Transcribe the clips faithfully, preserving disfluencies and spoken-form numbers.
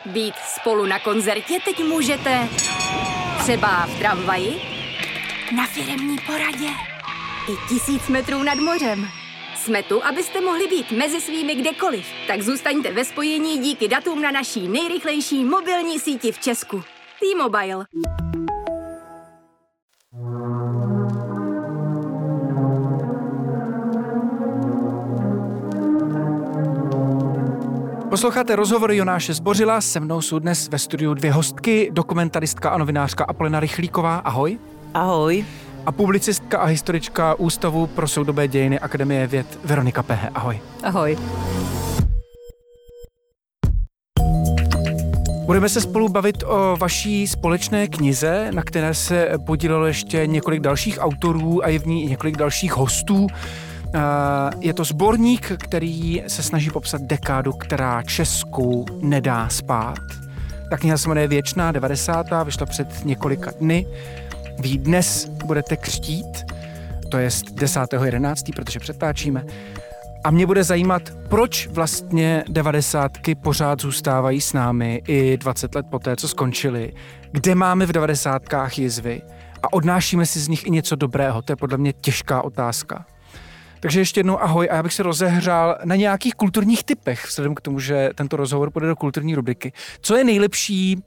Být spolu na koncertě teď můžete třeba v tramvaji, na firemní poradě i tisíc metrů nad mořem. Jsme tu, abyste mohli být mezi svými kdekoliv. Tak zůstaňte ve spojení díky datům na naší nejrychlejší mobilní síti v Česku. T-Mobile. Posloucháte rozhovory Jonáše Zbořila, se mnou jsou dnes ve studiu dvě hostky, dokumentaristka a novinářka Apolena Rychlíková, ahoj. Ahoj. A publicistka a historička Ústavu pro soudobé dějiny Akademie věd Veronika Pehe, ahoj. Ahoj. Budeme se spolu bavit o vaší společné knize, na které se podílelo ještě několik dalších autorů a je v ní i několik dalších hostů. Je to sborník, který se snaží popsat dekádu, která Česku nedá spát. Ta kniha se jmenuje Věčná devadesátá, vyšla před několika dny. Vy dnes budete křtít, to je desátého jedenáctého, protože přetáčíme. A mě bude zajímat, proč vlastně devadesátky pořád zůstávají s námi i dvacet let poté, co skončily. Kde máme v devadesátkách jizvy a odnášíme si z nich i něco dobrého? To je podle mě těžká otázka. Takže ještě jednou ahoj a já bych se rozehřál na nějakých kulturních typech, vzhledem k tomu, že tento rozhovor půjde do kulturní rubriky. Co je nejlepší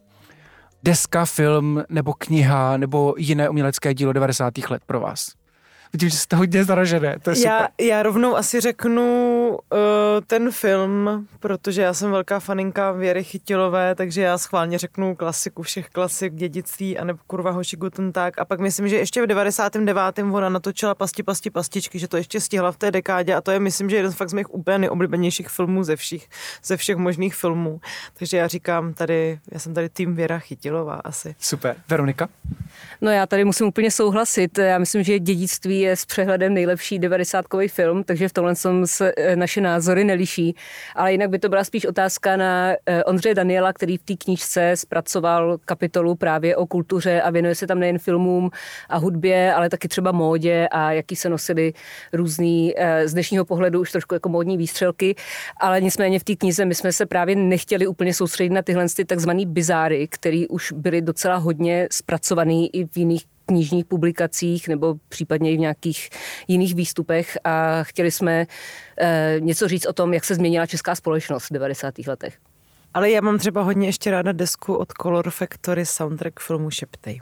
deska, film nebo kniha nebo jiné umělecké dílo devadesátých let pro vás? Vidím, že jste hodně zaražené, to je super. Já, já rovnou asi řeknu uh, ten film, protože já jsem velká faninka Věry Chytilové, takže já schválně řeknu klasiku všech klasik, Dědictví a nebo Kurva hoši Guten Tag. A pak myslím, že ještě v devadesátém devátém ona natočila Pasti, pasti, pastičky, že to ještě stihla v té dekádě a to je, myslím, že jeden z fakt z mých úplně nejoblíbenějších filmů ze všech, ze všech možných filmů. Takže já říkám tady, já jsem tady tým Věra Chytilová asi. Super. Veronika? No já tady musím úplně souhlasit. Já myslím, že Dědictví je s přehledem nejlepší devadesátkový film, takže v tomhle se naše názory neliší. Ale jinak by to byla spíš otázka na Ondřeje Daniela, který v té knížce zpracoval kapitolu právě o kultuře a věnuje se tam nejen filmům a hudbě, ale taky třeba módě a jaký se nosily různý z dnešního pohledu už trošku jako módní výstřelky. Ale nicméně v té knize my jsme se právě nechtěli úplně soustředit na tyhle ty takzvaný bizáry, který už byly docela hodně zpracovaný i v jiných knižních publikacích nebo případně i v nějakých jiných výstupech a chtěli jsme e, něco říct o tom, jak se změnila česká společnost v devadesátých letech. Ale já mám třeba hodně ještě ráda desku od Color Factory, soundtrack filmu Šeptej.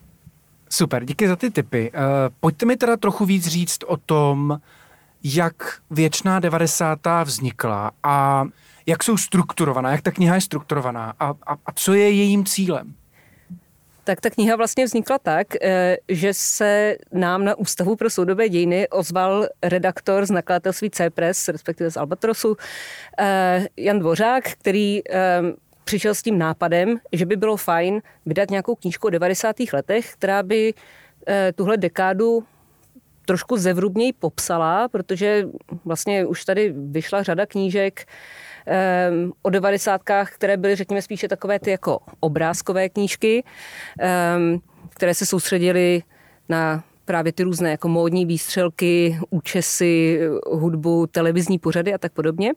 Super, díky za ty tipy. E, pojďte mi teda trochu víc říct o tom, jak Věčná devadesátá vznikla a jak jsou strukturovaná, jak ta kniha je strukturovaná a, a, a co je jejím cílem. Tak ta kniha vlastně vznikla tak, že se nám na Ústavu pro soudobé dějiny ozval redaktor z nakladatelství C-Press, respektive z Albatrosu, Jan Dvořák, který přišel s tím nápadem, že by bylo fajn vydat nějakou knížku o devadesátých letech, která by tuhle dekádu trošku zevrubněji popsala, protože vlastně už tady vyšla řada knížek um, o devadesátkách, které byly, řekněme, spíše takové ty jako obrázkové knížky, um, které se soustředily na právě ty různé jako módní výstřelky, účesy, hudbu, televizní pořady a tak podobně.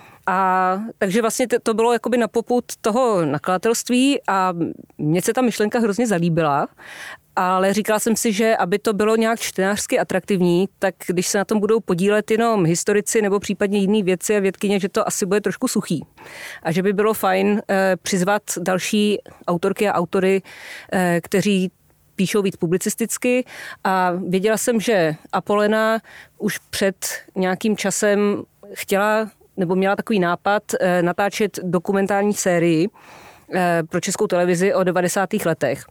A takže vlastně to bylo jakoby na popud toho nakladatelství a mně se ta myšlenka hrozně zalíbila, ale říkala jsem si, že aby to bylo nějak čtenářsky atraktivní, tak když se na tom budou podílet jenom historici nebo případně jiný vědci a vědkyně, že to asi bude trošku suchý. A že by bylo fajn eh, přizvat další autorky a autory, eh, kteří píšou víc publicisticky a věděla jsem, že Apolena už před nějakým časem chtěla nebo měla takový nápad eh, natáčet dokumentární sérii eh, pro Českou televizi o devadesátých letech.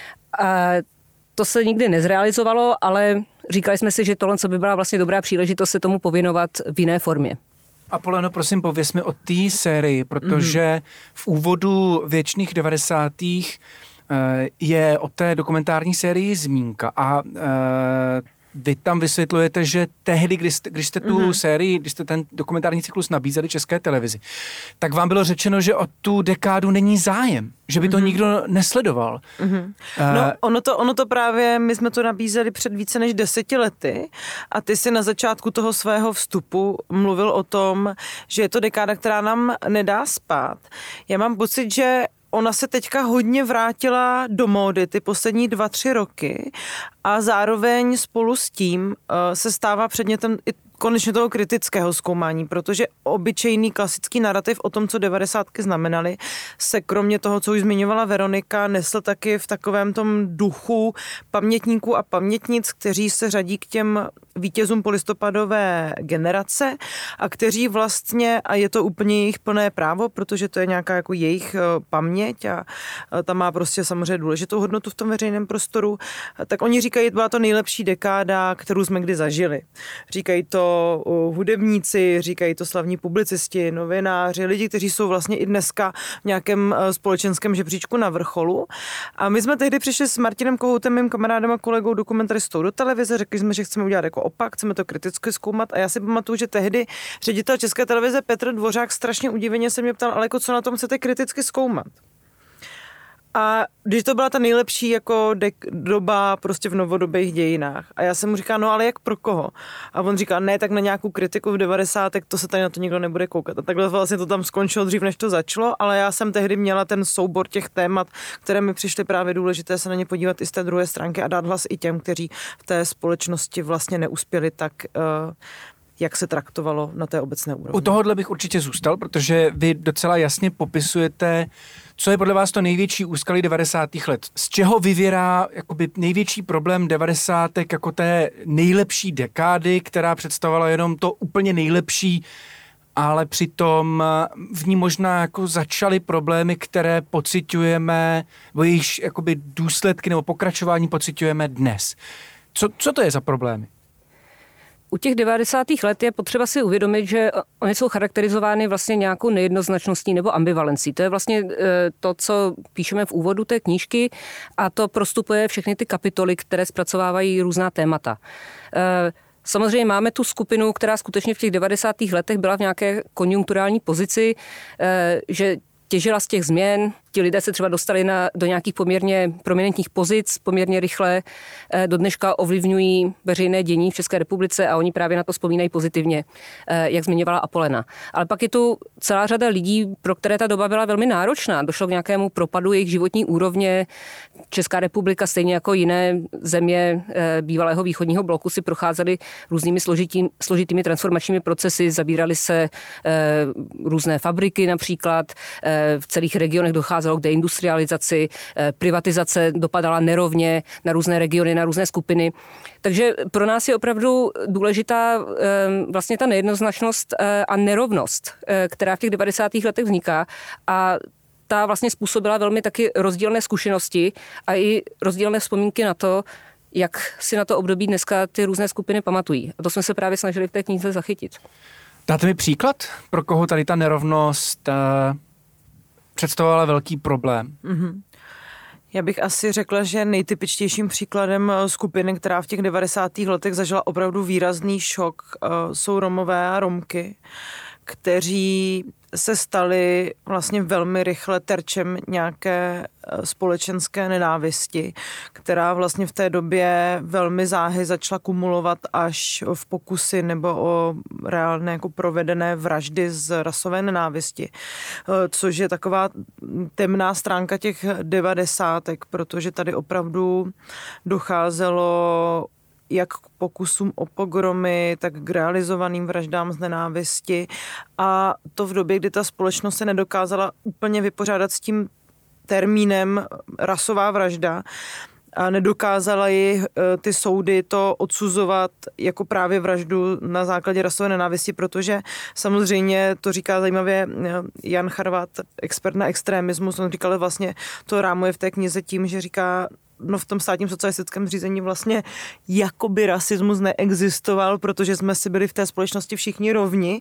A to se nikdy nezrealizovalo, ale říkali jsme si, že tohle by byla vlastně dobrá příležitost se tomu pověnovat v jiné formě. Apoleno, prosím, pověz mi o té sérii, protože mm-hmm. v úvodu Věčných devadesátých je o té dokumentární sérii zmínka a vy tam vysvětlujete, že tehdy, když jste, když jste tu mm-hmm. sérii, když jste ten dokumentární cyklus nabízeli České televizi, tak vám bylo řečeno, že o tu dekádu není zájem, že by to mm-hmm. nikdo nesledoval. Mm-hmm. Uh, no ono to, ono to právě, my jsme to nabízeli před více než deseti lety a ty si na začátku toho svého vstupu mluvil o tom, že je to dekáda, která nám nedá spát. Já mám pocit, že ona se teďka hodně vrátila do módy ty poslední dva, tři roky a zároveň spolu s tím uh, se stává předmětem i konečně toho kritického zkoumání, protože obyčejný klasický narrativ o tom, co devadesátky znamenaly, se kromě toho, co už zmiňovala Veronika, nesl taky v takovém tom duchu pamětníků a pamětnic, kteří se řadí k těm vítězům polistopadové generace a kteří vlastně, a je to úplně jejich plné právo, protože to je nějaká jako jejich paměť a ta má prostě samozřejmě důležitou hodnotu v tom veřejném prostoru, tak oni říkají, byla to nejlepší dekáda, kterou jsme kdy zažili. Říkají to hudebníci, říkají to slavní publicisti, novináři, lidi, kteří jsou vlastně i dneska v nějakém společenském žebříčku na vrcholu. A my jsme tehdy přišli s Martinem Kohoutem, mým kamarádem a kolegou dokumentaristou do televize, řekli jsme, že chceme udělat jako opak, chceme to kriticky zkoumat a já si pamatuju, že tehdy ředitel České televize Petr Dvořák strašně udiveně se mě ptal, ale jako co na tom chcete kriticky zkoumat? A když to byla ta nejlepší jako dek- doba prostě v novodobých dějinách. A já jsem mu říkala, no ale jak pro koho? A on říká, ne, tak na nějakou kritiku v devadesátých, to se tady na to nikdo nebude koukat. A takhle vlastně to tam skončilo dřív, než to začalo, ale já jsem tehdy měla ten soubor těch témat, které mi přišly právě důležité se na ně podívat i z té druhé stránky a dát hlas i těm, kteří v té společnosti vlastně neuspěli tak, uh, jak se traktovalo na té obecné úrovni. U tohohle bych určitě zůstal, protože vy docela jasně popisujete, co je podle vás to největší úskalí devadesátých let. Z čeho vyvěrá jakoby největší problém devadesátek jako té nejlepší dekády, která představovala jenom to úplně nejlepší, ale přitom v ní možná jako začaly problémy, které pociťujeme, nebo jejichž jakoby důsledky nebo pokračování pociťujeme dnes. Co, co to je za problémy? U těch devadesátých let je potřeba si uvědomit, že oni jsou charakterizovány vlastně nějakou nejednoznačností nebo ambivalencí. To je vlastně to, co píšeme v úvodu té knížky a to prostupuje všechny ty kapitoly, které zpracovávají různá témata. Samozřejmě máme tu skupinu, která skutečně v těch devadesátých letech byla v nějaké konjunkturální pozici, že těžila z těch změn, ti lidé se třeba dostali na, do nějakých poměrně prominentních pozic, poměrně rychle, do dneška ovlivňují veřejné dění v České republice a oni právě na to vzpomínají pozitivně, jak zmiňovala Apolena. Ale pak je tu celá řada lidí, pro které ta doba byla velmi náročná. Došlo k nějakému propadu jejich životní úrovně. Česká republika, stejně jako jiné země bývalého východního bloku, si procházely různými složitý, složitými transformačními procesy, zabírali se různé fabriky například, v celých regionech docházelo k deindustrializaci, privatizace dopadala nerovně na různé regiony, na různé skupiny. Takže pro nás je opravdu důležitá vlastně ta nejednoznačnost a nerovnost, která v těch devadesátých letech vzniká a ta vlastně způsobila velmi taky rozdílné zkušenosti a i rozdílné vzpomínky na to, jak si na to období dneska ty různé skupiny pamatují. A to jsme se právě snažili v té knize zachytit. Dáte mi příklad, pro koho tady ta nerovnost uh, představovala velký problém? Mm-hmm. Já bych asi řekla, že nejtypičtějším příkladem skupiny, která v těch devadesátých letech zažila opravdu výrazný šok, uh, jsou Romové a Romky, kteří se stali vlastně velmi rychle terčem nějaké společenské nenávisti, která vlastně v té době velmi záhy začala kumulovat až v pokusy nebo o reálné jako provedené vraždy z rasové nenávisti, což je taková temná stránka těch devadesátek, protože tady opravdu docházelo jak k pokusům o pogromy, tak k realizovaným vraždám z nenávisti. A to v době, kdy ta společnost se nedokázala úplně vypořádat s tím termínem rasová vražda a nedokázala ji ty soudy to odsuzovat jako právě vraždu na základě rasové nenávisti, protože samozřejmě to říká zajímavě Jan Charvat, expert na extremismus, on říkal vlastně, to rámuje v té knize tím, že říká, no v tom státním socialistickém zřízení vlastně jakoby rasismus neexistoval, protože jsme si byli v té společnosti všichni rovni,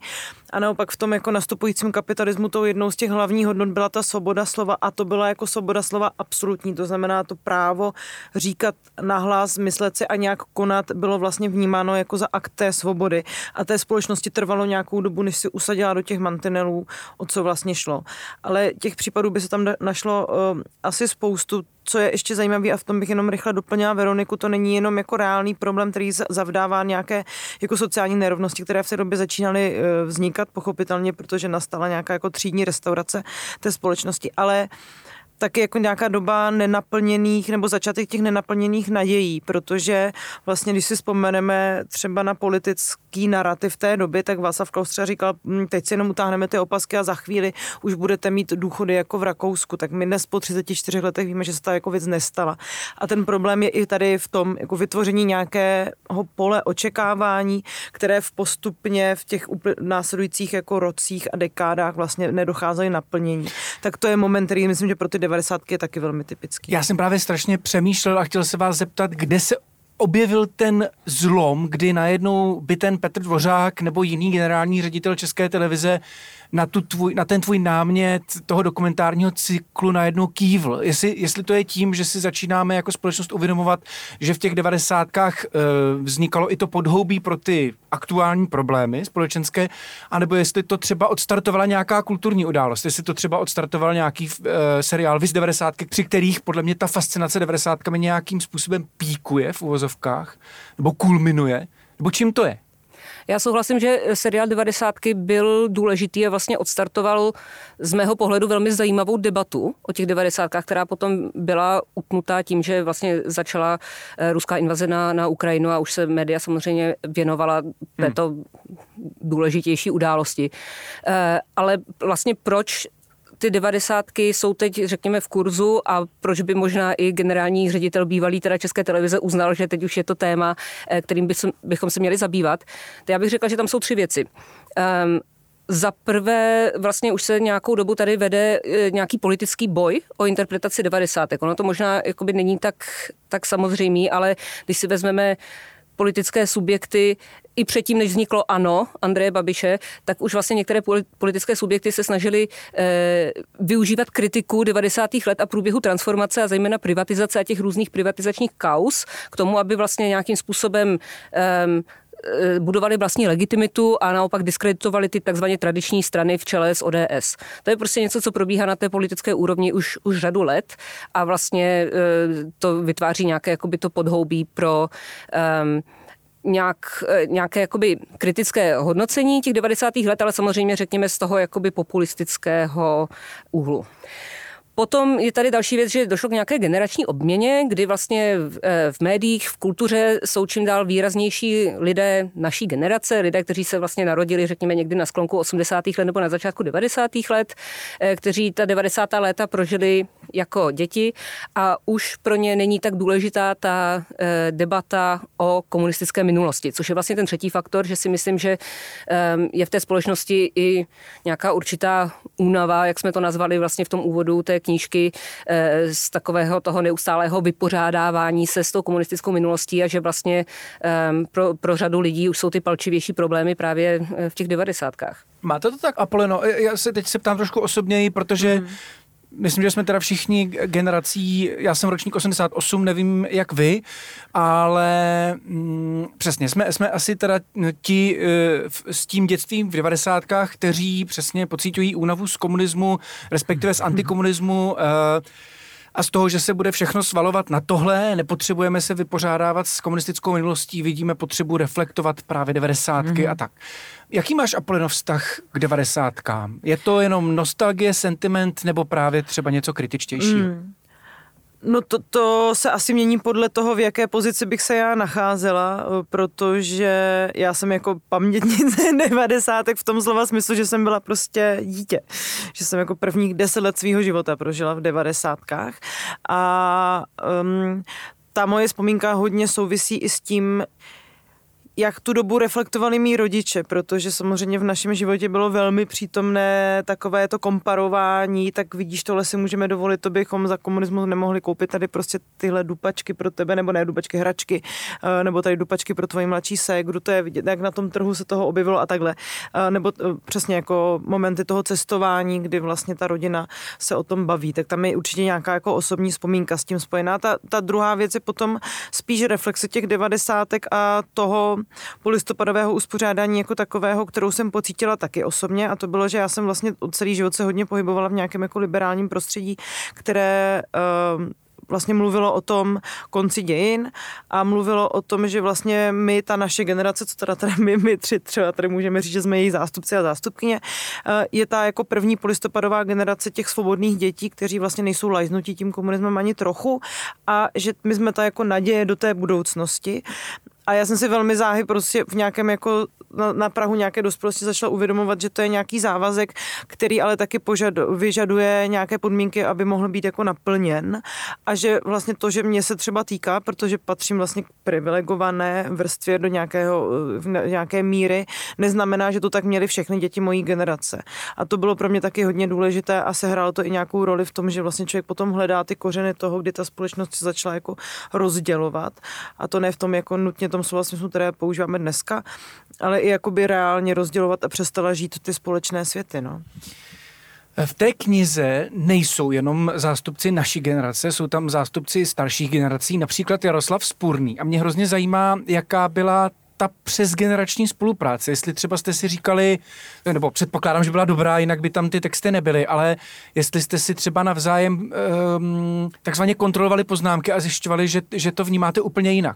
A naopak v tom jako nastupujícím kapitalismu tou jednou z těch hlavních hodnot byla ta svoboda slova a to byla jako svoboda slova absolutní. To znamená to právo říkat nahlas, myslet si a nějak konat bylo vlastně vnímáno jako za akt té svobody. A té společnosti trvalo nějakou dobu, než si usadila do těch mantinelů, o co vlastně šlo. Ale těch případů by se tam našlo uh, asi spoustu. Co je ještě zajímavé, a v tom bych jenom rychle doplnila Veroniku, to není jenom jako reálný problém, který zavdává nějaké jako sociální nerovnosti, které v té době začínaly vznikat, pochopitelně, protože nastala nějaká jako třídní restaurace té společnosti, ale taky jako nějaká doba nenaplněných nebo začátek těch nenaplněných nadějí, protože vlastně, když si vzpomeneme třeba na politický narrativ té doby, tak Václav Klaus třeba říkal, teď si jenom utáhneme ty opasky a za chvíli už budete mít důchody jako v Rakousku, tak my dnes po třiceti čtyřech letech víme, že se ta jako věc nestala. A ten problém je i tady v tom jako vytvoření nějakého pole očekávání, které v postupně v těch následujících jako rocích a dekádách vlastně nedocházely naplnění. Tak to je moment, který myslím, že pro ty devadesátky je taky velmi typický. Já jsem právě strašně přemýšlel a chtěl se vás zeptat, kde se objevil ten zlom, kdy najednou by ten Petr Dvořák nebo jiný generální ředitel České televize na, tu tvůj, na ten tvůj námět toho dokumentárního cyklu najednou kývl. Jestli, jestli to je tím, že si začínáme jako společnost uvědomovat, že v těch devadesátkách e, vznikalo i to podhoubí pro ty aktuální problémy společenské, anebo jestli to třeba odstartovala nějaká kulturní událost, jestli to třeba odstartoval nějaký e, seriál Viz devadesátky, při kterých podle mě ta fascinace devadesátkami nějakým způsobem píkuje v uvozovkách, nebo kulminuje, nebo čím to je? Já souhlasím, že seriál devadesátky byl důležitý a vlastně odstartoval z mého pohledu velmi zajímavou debatu o těch devadesátkách, která potom byla utnutá tím, že vlastně začala ruská invaze na, na Ukrajinu a už se média samozřejmě věnovala této hmm. důležitější události. Ale vlastně proč ty devadesátky jsou teď, řekněme, v kurzu a proč by možná i generální ředitel bývalý teda České televize uznal, že teď už je to téma, kterým bychom se měli zabývat. To já bych řekla, že tam jsou tři věci. Um, Za prvé vlastně už se nějakou dobu tady vede nějaký politický boj o interpretaci devadesátek. Ono to možná jakoby není tak, tak samozřejmý, ale když si vezmeme politické subjekty i předtím, než vzniklo ANO Andreje Babiše, tak už vlastně některé politické subjekty se snažily e, využívat kritiku devadesátých let a průběhu transformace a zejména privatizace a těch různých privatizačních kauz k tomu, aby vlastně nějakým způsobem e, budovali vlastní legitimitu a naopak diskreditovali ty takzvaně tradiční strany v čele s O D S. To je prostě něco, co probíhá na té politické úrovni už, už řadu let a vlastně e, to vytváří nějaké jakoby to podhoubí pro e, Nějak, nějaké jakoby kritické hodnocení těch devadesátých let, ale samozřejmě řekněme z toho jakoby populistického úhlu. Potom je tady další věc, že došlo k nějaké generační obměně, kdy vlastně v, v médiích, v kultuře jsou čím dál výraznější lidé naší generace, lidé, kteří se vlastně narodili, řekněme, někdy na sklonku osmdesátých let nebo na začátku devadesátých let, kteří ta devadesátá léta prožili jako děti a už pro ně není tak důležitá ta debata o komunistické minulosti, což je vlastně ten třetí faktor, že si myslím, že je v té společnosti i nějaká určitá únava, jak jsme to nazvali vlastně v tom úvodu té knížky, z takového toho neustálého vypořádávání se s tou komunistickou minulostí a že vlastně pro, pro řadu lidí už jsou ty palčivější problémy právě v těch devadesátkách. Máte to tak, Apoleno? Já se teď se ptám trošku osobněji, protože mm. myslím, že jsme teda všichni generací, já jsem ročník osmdesát osm, nevím jak vy, ale mm, přesně, jsme, jsme asi teda ti e, s tím dětstvím v devadesátkách, kteří přesně pociťují únavu z komunismu, respektive z antikomunismu e, a z toho, že se bude všechno svalovat na tohle, nepotřebujeme se vypořádávat s komunistickou minulostí, vidíme potřebu reflektovat právě devadesátky mm. a tak. Jaký máš, Apoleno, vztah k devadesátkám? Je to jenom nostalgie, sentiment nebo právě třeba něco kritičtějšího? Mm. No to, to se asi mění podle toho, v jaké pozici bych se já nacházela, protože já jsem jako pamětnice devadesátek v tom slova smyslu, že jsem byla prostě dítě. Že jsem jako prvních deset let svýho života prožila v devadesátkách a um, ta moje vzpomínka hodně souvisí i s tím, jak tu dobu reflektovali mý rodiče, protože samozřejmě v našem životě bylo velmi přítomné takové to komparování, tak vidíš, tohle si můžeme dovolit, to bychom za komunismu nemohli koupit tady prostě tyhle dupačky pro tebe, nebo ne dupačky, hračky, nebo tady dupačky pro tvoji mladší ségru, to je vidět, jak na tom trhu se toho objevilo a takhle. Nebo přesně jako momenty toho cestování, kdy vlastně ta rodina se o tom baví, tak tam je určitě nějaká jako osobní vzpomínka s tím spojená. Ta, ta druhá věc je potom spíš reflexe těch devadesátek a toho polistopadového uspořádání jako takového, kterou jsem pocítila taky osobně, a to bylo, že já jsem vlastně celý život se hodně pohybovala v nějakém jako liberálním prostředí, které uh, vlastně mluvilo o tom konci dějin a mluvilo o tom, že vlastně my, ta naše generace, co teda tady my, my tři třeba tady můžeme říct, že jsme její zástupci a zástupkyně, je ta jako první polistopadová generace těch svobodných dětí, kteří vlastně nejsou lajznutí tím komunismem ani trochu, a že my jsme ta jako naděje do té budoucnosti. A já jsem si velmi záhy prostě v nějakém jako na, na prahu nějaké dospělosti začala uvědomovat, že to je nějaký závazek, který ale taky požadu, vyžaduje nějaké podmínky, aby mohl být jako naplněn, a že vlastně to, že mě se třeba týká, protože patřím vlastně k privilegované vrstvě do nějakého, v nějaké míry, neznamená, že to tak měly všechny děti mojí generace. A to bylo pro mě taky hodně důležité a sehrálo to i nějakou roli v tom, že vlastně člověk potom hledá ty kořeny toho, kdy ta společnost se začala jako rozdělovat, a to ne v tom jako nutně tom slova smyslu, které používáme dneska, ale i jakoby reálně rozdělovat a přestala žít ty společné světy, no. V té knize nejsou jenom zástupci naší generace, jsou tam zástupci starších generací, například Jaroslav Spurný. A mě hrozně zajímá, jaká byla ta přesgenerační spolupráce, jestli třeba jste si říkali, nebo předpokládám, že byla dobrá, jinak by tam ty texty nebyly, ale jestli jste si třeba navzájem um, takzvaně kontrolovali poznámky a zjišťovali, že, že to vnímáte úplně jinak.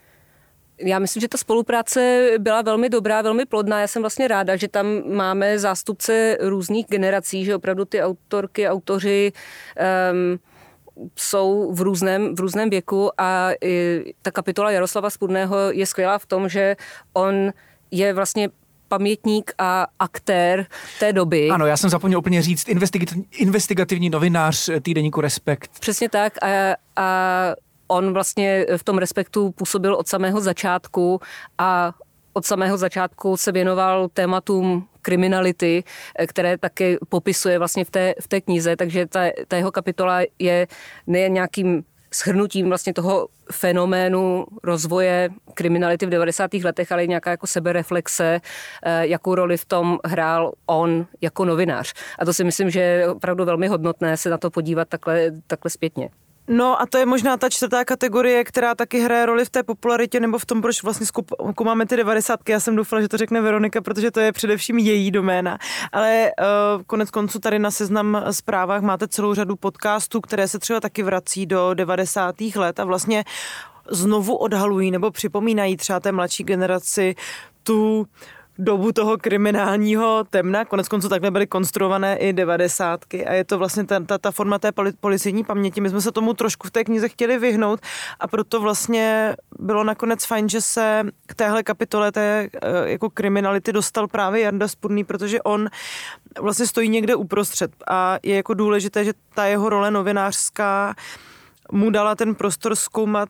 Já myslím, že ta spolupráce byla velmi dobrá, velmi plodná. Já jsem vlastně ráda, že tam máme zástupce různých generací, že opravdu ty autorky, autoři um, jsou v různém, v různém věku, a ta kapitola Jaroslava Spurného je skvělá v tom, že on je vlastně pamětník a aktér té doby. Ano, já jsem zapomněl úplně říct, investigativní, investigativní novinář týdeníku Respekt. Přesně tak, a, a on vlastně v tom Respektu působil od samého začátku a od samého začátku se věnoval tématům kriminality, které taky popisuje vlastně v té, v té knize, takže ta, ta jeho kapitola je nejen nějakým shrnutím vlastně toho fenoménu rozvoje kriminality v devadesátých letech, ale i nějaká jako sebereflexe, jakou roli v tom hrál on jako novinář. A to si myslím, že je opravdu velmi hodnotné se na to podívat takhle, takhle zpětně. No a to je možná ta čtvrtá kategorie, která taky hraje roli v té popularitě, nebo v tom, proč vlastně zkoumáme ty devadesátky. Já jsem doufala, že to řekne Veronika, protože to je především její doména. Ale uh, konec konců tady na Seznam Zprávách máte celou řadu podcastů, které se třeba taky vrací do devadesátých let a vlastně znovu odhalují nebo připomínají třeba té mladší generaci tu dobu toho kriminálního temna. Konec konců takhle byly konstruované i devadesátky a je to vlastně ta, ta, ta forma té policejní paměti. My jsme se tomu trošku v té knize chtěli vyhnout a proto vlastně bylo nakonec fajn, že se k téhle kapitole té jako kriminality dostal právě Jarda Spurný, protože on vlastně stojí někde uprostřed a je jako důležité, že ta jeho role novinářská mu dala ten prostor zkoumat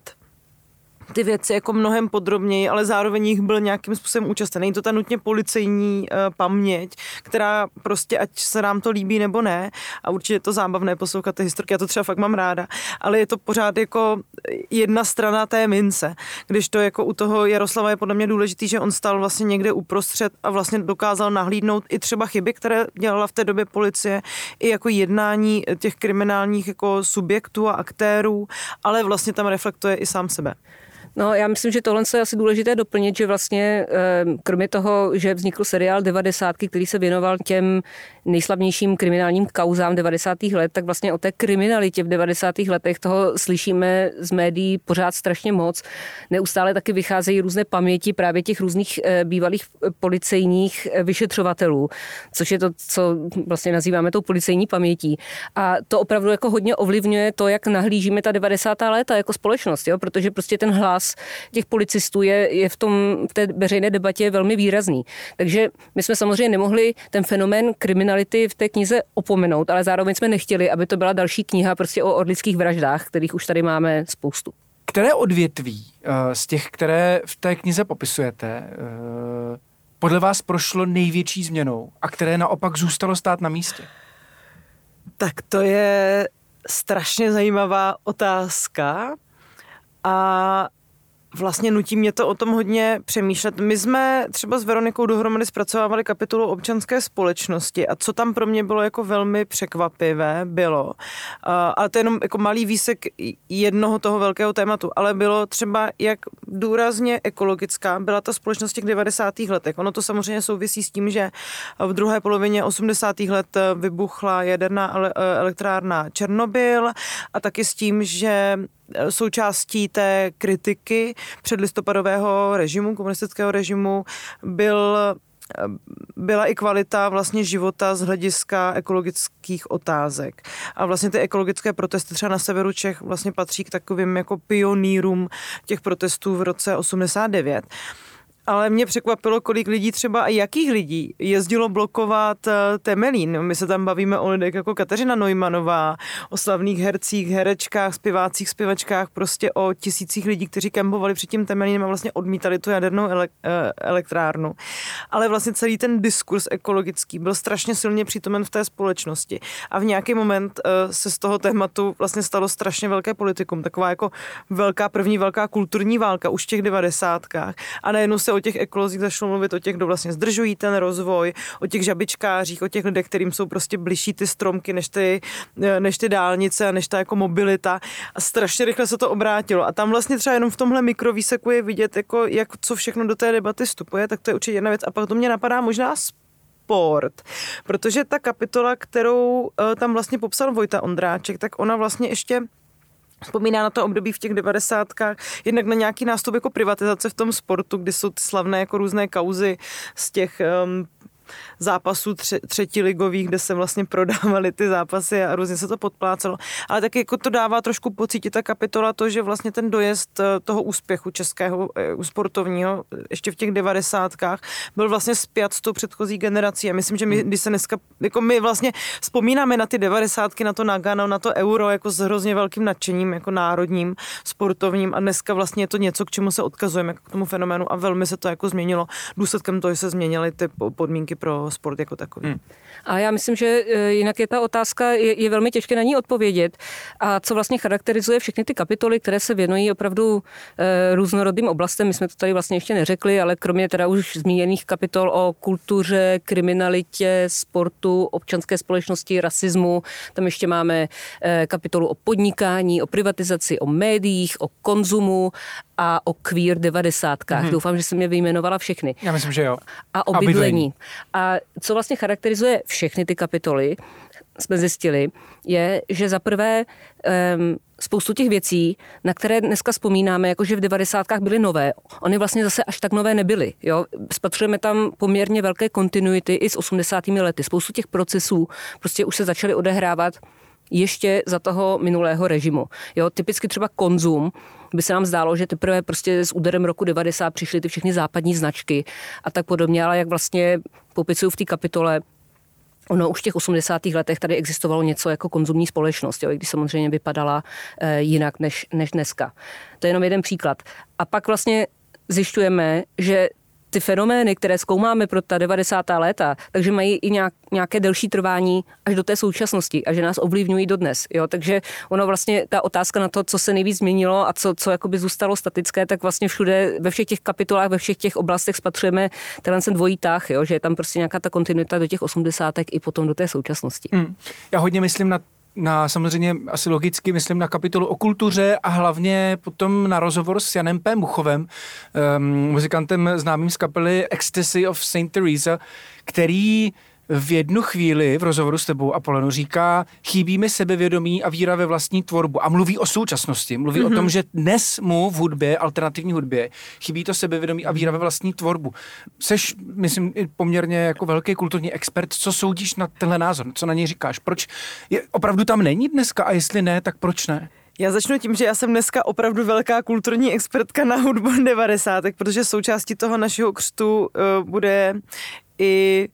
ty věci jako mnohem podrobněji, ale zároveň jich byl nějakým způsobem účasten. Není to ta nutně policejní uh, paměť, která prostě, ať se nám to líbí nebo ne, a určitě je to zábavné poslouchat ty historky, já to třeba fakt mám ráda, ale je to pořád jako jedna strana té mince, když to jako u toho Jaroslava je podle mě důležitý, že on stál vlastně někde uprostřed a vlastně dokázal nahlídnout i třeba chyby, které dělala v té době policie, i jako jednání těch kriminálních jako subjektů a aktérů, ale vlastně tam reflektuje i sám sebe. No, já myslím, že tohle je asi důležité doplnit, že vlastně kromě toho, že vznikl seriál devadesátky, který se věnoval těm nejslavnějším kriminálním kauzám devadesátých let, tak vlastně o té kriminalitě v devadesátých letech toho slyšíme z médií pořád strašně moc. Neustále taky vycházejí různé paměti právě těch různých bývalých policejních vyšetřovatelů, což je to, co vlastně nazýváme tou policejní pamětí. A to opravdu jako hodně ovlivňuje to, jak nahlížíme ta devadesátá léta jako společnost, jo? Protože prostě ten hlas těch policistů je, je v tom, v té veřejné debatě velmi výrazný. Takže my jsme samozřejmě nemohli ten fenomén kriminality v té knize opomenout, ale zároveň jsme nechtěli, aby to byla další kniha prostě o orlických vraždách, kterých už tady máme spoustu. které odvětví z těch, které v té knize popisujete, podle vás prošlo největší změnou a které naopak zůstalo stát na místě? Tak to je strašně zajímavá otázka a vlastně nutí mě to o tom hodně přemýšlet. My jsme třeba s Veronikou dohromady zpracovávali kapitolu občanské společnosti a co tam pro mě bylo jako velmi překvapivé, bylo, uh, ale to je jenom jako malý výsek jednoho toho velkého tématu, ale bylo třeba, jak důrazně ekologická byla ta společnost v těch devadesátých letech. Ono to samozřejmě souvisí s tím, že v druhé polovině osmdesátých let vybuchla jaderná elektrárna Černobyl a taky s tím, že součástí té kritiky předlistopadového režimu, komunistického režimu, byl, byla i kvalita vlastně života z hlediska ekologických otázek. A vlastně ty ekologické protesty třeba na severu Čech vlastně patří k takovým jako pionýrům těch protestů v roce osmdesát devět. Ale mě překvapilo, kolik lidí třeba a jakých lidí jezdilo blokovat Temelín. My se tam bavíme o lidech jako Kateřina Neumannová, o slavných hercích, herečkách, zpěvácích, zpěvačkách, prostě o tisících lidí, kteří kempovali před tím Temelínem a vlastně odmítali tu jadernou ele- elektrárnu. Ale vlastně celý ten diskurs ekologický byl strašně silně přítomen v té společnosti. A v nějaký moment se z toho tématu vlastně stalo strašně velké politikum. Taková jako velká, první velká kulturní válka už v těch devadesátkách. A najednou se o těch ekolozích zašlo mluvit, o těch, kdo vlastně zdržují ten rozvoj, o těch žabičkářích, o těch lidech, kterým jsou prostě bližší ty stromky než ty, než ty dálnice a než ta jako mobilita. A strašně rychle se to obrátilo. A tam vlastně třeba jenom v tomhle mikrovýseku je vidět, jako, jak co všechno do té debaty vstupuje, tak to je určitě jedna věc. A pak to mě napadá možná sport, protože ta kapitola, kterou tam vlastně popsal Vojta Ondráček, tak ona vlastně ještě vzpomíná na to období v těch devadesátkách, jednak na nějaký nástup jako privatizace v tom sportu, kdy jsou ty slavné jako různé kauzy z těch um, zápasů tře- třetiligových, kde se vlastně prodávaly ty zápasy a různě se to podplácelo. Ale taky jako to dává trošku pocítit ta kapitola to, že vlastně ten dojezd toho úspěchu českého sportovního ještě v těch devadesátkách byl vlastně spjat s tou předchozí generací. A myslím, že my, když se dneska, jako my vlastně vzpomínáme na ty devadesátky, na to Nagano, na to euro, jako s hrozně velkým nadšením, jako národním, sportovním a dneska vlastně je to něco, k čemu se odkazujeme, jako k tomu fenoménu a velmi se to jako změnilo. Důsledkem toho, že se změnily ty podmínky pro sport jako takový. Hmm. A já myslím, že jinak je ta otázka, je, je velmi těžké na ní odpovědět. A co vlastně charakterizuje všechny ty kapitoly, které se věnují opravdu e, různorodým oblastem, my jsme to tady vlastně ještě neřekli, ale kromě teda už zmíněných kapitol o kultuře, kriminalitě, sportu, občanské společnosti, rasismu, tam ještě máme e, kapitolu o podnikání, o privatizaci, o médiích, o konzumu a o queer devadesátkách. Hmm. Doufám, že jsem je vyjmenovala všechny. Já myslím, že jo. A o bydlení. A co vlastně charakterizuje všechny ty kapitoly, jsme zjistili, je, že za prvé um, spoustu těch věcí, na které dneska vzpomínáme, jakože v devadesátkách byly nové, oni vlastně zase až tak nové nebyly. Jo? Spatřujeme tam poměrně velké kontinuity i s osmdesátými lety. Spoustu těch procesů prostě už se začaly odehrávat ještě za toho minulého režimu. Jo, typicky třeba konzum, by se nám zdálo, že teprve prostě s úderem roku devadesát přišly ty všechny západní značky a tak podobně, ale jak vlastně popisuju v té kapitole, ono už v těch osmdesátých letech tady existovalo něco jako konzumní společnost, jo, i když samozřejmě vypadala e, jinak než, než dneska. To je jenom jeden příklad. A pak vlastně zjišťujeme, že ty fenomény, které zkoumáme pro ta devadesátá léta, takže mají i nějak, nějaké delší trvání až do té současnosti a že nás ovlivňují dodnes. Jo? Takže ono vlastně ta otázka na to, co se nejvíc změnilo a co, co jakoby zůstalo statické, tak vlastně všude, ve všech těch kapitolách, ve všech těch oblastech spatřujeme tenhle ten dvojí tah, jo? Že je tam prostě nějaká ta kontinuita do těch osmdesátek i potom do té současnosti. Hmm. Já hodně myslím na Na, samozřejmě asi logicky myslím na kapitolu o kultuře a hlavně potom na rozhovor s Janem P. Muchovem, um, muzikantem známým z kapely Ecstasy of Saint Teresa, který v jednu chvíli v rozhovoru s tebou, Apolenu, říká, chybí mi sebevědomí a víra ve vlastní tvorbu a mluví o současnosti. Mluví mm-hmm. o tom, že dnes mu v hudbě, alternativní hudbě, chybí to sebevědomí a víra ve vlastní tvorbu. Seš, myslím, poměrně jako velký kulturní expert. Co soudíš na tenhle názor? Co na něj říkáš? Proč je, opravdu tam není dneska a jestli ne, tak proč ne? Já začnu tím, že já jsem dneska opravdu velká kulturní expertka na hudbu devadesátek, protože součástí toho našeho křtu uh, bude i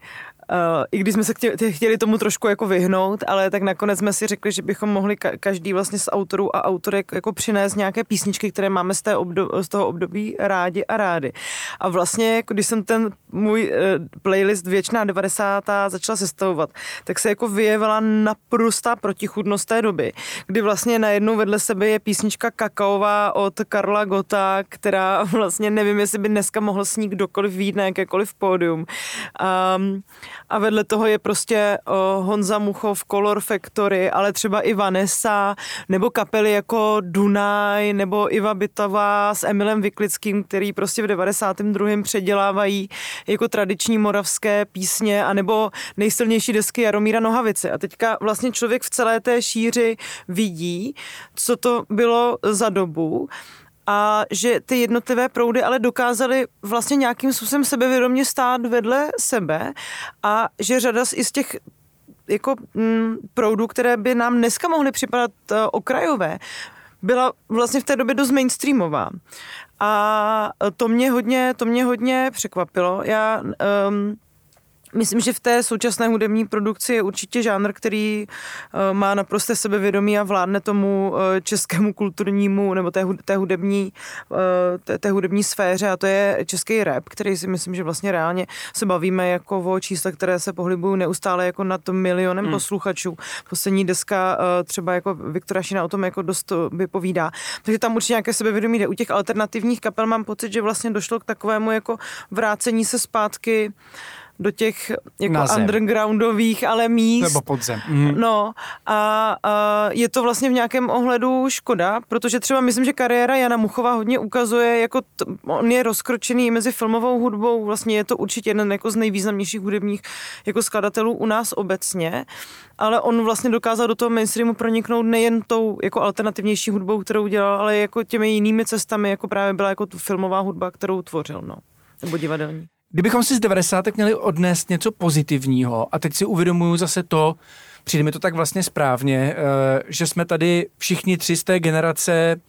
i když jsme se chtěli, chtěli tomu trošku jako vyhnout, ale tak nakonec jsme si řekli, že bychom mohli ka- každý vlastně z autorů a autorek jako přinést nějaké písničky, které máme z, té obdo- z toho období rádi a rády. A vlastně, když jsem ten můj uh, playlist Věčná devadesátá začala sestavovat, tak se jako vyjevila naprostá protichůdnost té doby, kdy vlastně najednou vedle sebe je písnička Kakaová od Karla Gotta, která vlastně nevím, jestli by dneska mohl s ní kdokoliv vyjít na jakékoliv pódium. Um, a vedle toho je prostě uh, Honza Muchov, Color Factory, ale třeba i Vanessa, nebo kapely jako Dunaj, nebo Iva Bytová s Emilem Vyklickým, který prostě v devadesátém druhém předělávají jako tradiční moravské písně, anebo nejsilnější desky Jaromíra Nohavice. A teďka vlastně člověk v celé té šíři vidí, co to bylo za dobu, a že ty jednotlivé proudy ale dokázaly vlastně nějakým způsobem sebevědomě stát vedle sebe a že řada z, i z těch jako mm, proudů, které by nám dneska mohly připadat uh, okrajové, byla vlastně v té době dost mainstreamová. A to mě hodně, to mě hodně překvapilo. Já um, myslím, že v té současné hudební produkci je určitě žánr, který uh, má naprosté sebevědomí a vládne tomu uh, českému kulturnímu nebo té, té, hudební, uh, té, té hudební sféře, a to je český rap, který si myslím, že vlastně reálně se bavíme jako o číslech, které se pohybují neustále jako nad milionem hmm. posluchačů. Poslední deska uh, třeba jako Viktora Šína o tom jako dost vypovídá. Takže tam určitě nějaké sebevědomí jde. U těch alternativních kapel mám pocit, že vlastně došlo k takovému jako vrácení se zpátky do těch jako undergroundových, ale míst. Nebo podzem. Mm. No a, a je to vlastně v nějakém ohledu škoda, protože třeba myslím, že kariéra Jana Muchova hodně ukazuje, jako t- on je rozkročený mezi filmovou hudbou, vlastně je to určitě jeden jako z nejvýznamnějších hudebních jako skladatelů u nás obecně, ale on vlastně dokázal do toho mainstreamu proniknout nejen tou jako alternativnější hudbou, kterou dělal, ale jako těmi jinými cestami, jako právě byla jako tu filmová hudba, kterou tvořil, no, nebo divadelní. Kdybychom si z devadesátek měli odnést něco pozitivního, a teď si uvědomuju zase to, přijde mi to tak vlastně správně, že jsme tady všichni tři z té generace,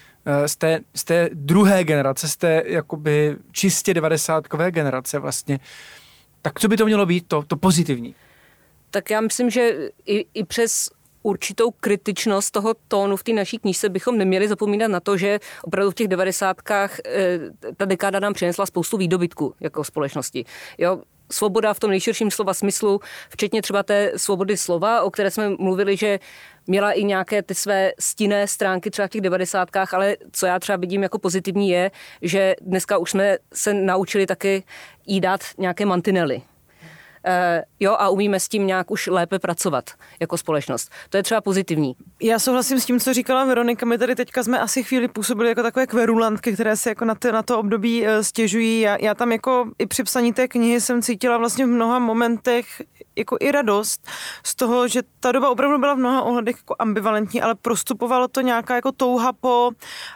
z té, z té druhé generace, z té jakoby čistě devadesátkové generace vlastně, tak co by to mělo být to, to pozitivní? Tak já myslím, že i, i přes určitou kritičnost toho tónu v té naší knížce bychom neměli zapomínat na to, že opravdu v těch devadesátkách ta dekáda nám přinesla spoustu výdobytků jako společnosti. Jo, svoboda v tom nejširším slova smyslu, včetně třeba té svobody slova, o které jsme mluvili, že měla i nějaké ty své stinné stránky třeba v těch devadesátkách, ale co já třeba vidím jako pozitivní je, že dneska už jsme se naučili taky jí dát nějaké mantinely. Uh, jo, a umíme s tím nějak už lépe pracovat jako společnost. To je třeba pozitivní. Já souhlasím s tím, co říkala Veronika. My tady teďka jsme asi chvíli působili jako takové kverulantky, které se jako na, ty, na to období uh, stěžují. Já, já tam jako i při psaní té knihy jsem cítila vlastně v mnoha momentech jako i radost z toho, že ta doba opravdu byla v mnoha ohledech jako ambivalentní, ale prostupovalo to nějaká jako touha po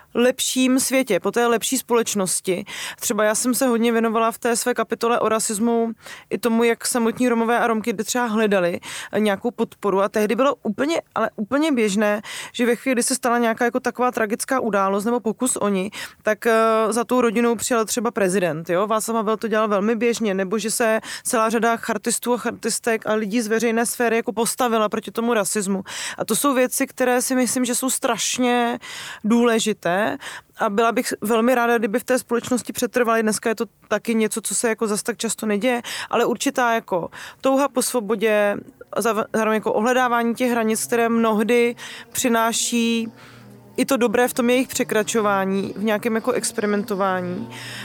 lepším světě, po té lepší společnosti. Třeba já jsem se hodně věnovala v té své kapitole o rasismu i tomu, jak samotní Romové a Romky třeba hledali nějakou podporu, a tehdy bylo úplně, ale úplně běžné, že ve chvíli, kdy se stala nějaká jako taková tragická událost nebo pokus o ní, tak uh, za tou rodinou přijel třeba prezident. Jo? Václav Havel to dělal velmi běžně, nebo že se celá řada chartistů a chartistek a lidí z veřejné sféry jako postavila proti tomu rasismu. A to jsou věci, které si myslím, že jsou strašně důležité. A byla bych velmi ráda, kdyby v té společnosti přetrvaly. Dneska je to taky něco, co se jako zas tak často neděje, ale určitá jako touha po svobodě, zároveň jako ohledávání těch hranic, které mnohdy přináší i to dobré v tom jejich překračování, v nějakém jako experimentování.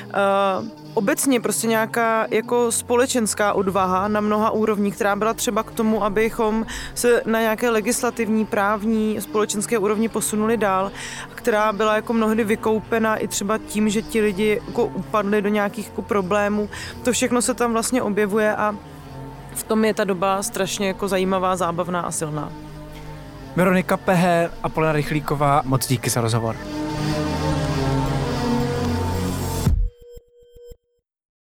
Uh, obecně prostě nějaká jako společenská odvaha na mnoha úrovních, která byla třeba k tomu, abychom se na nějaké legislativní, právní, společenské úrovni posunuli dál, která byla jako mnohdy vykoupena i třeba tím, že ti lidi jako upadli do nějakých jako problémů. To všechno se tam vlastně objevuje a v tom je ta doba strašně jako zajímavá, zábavná a silná. Veronika Pehe a Polena Rychlíková, moc díky za rozhovor.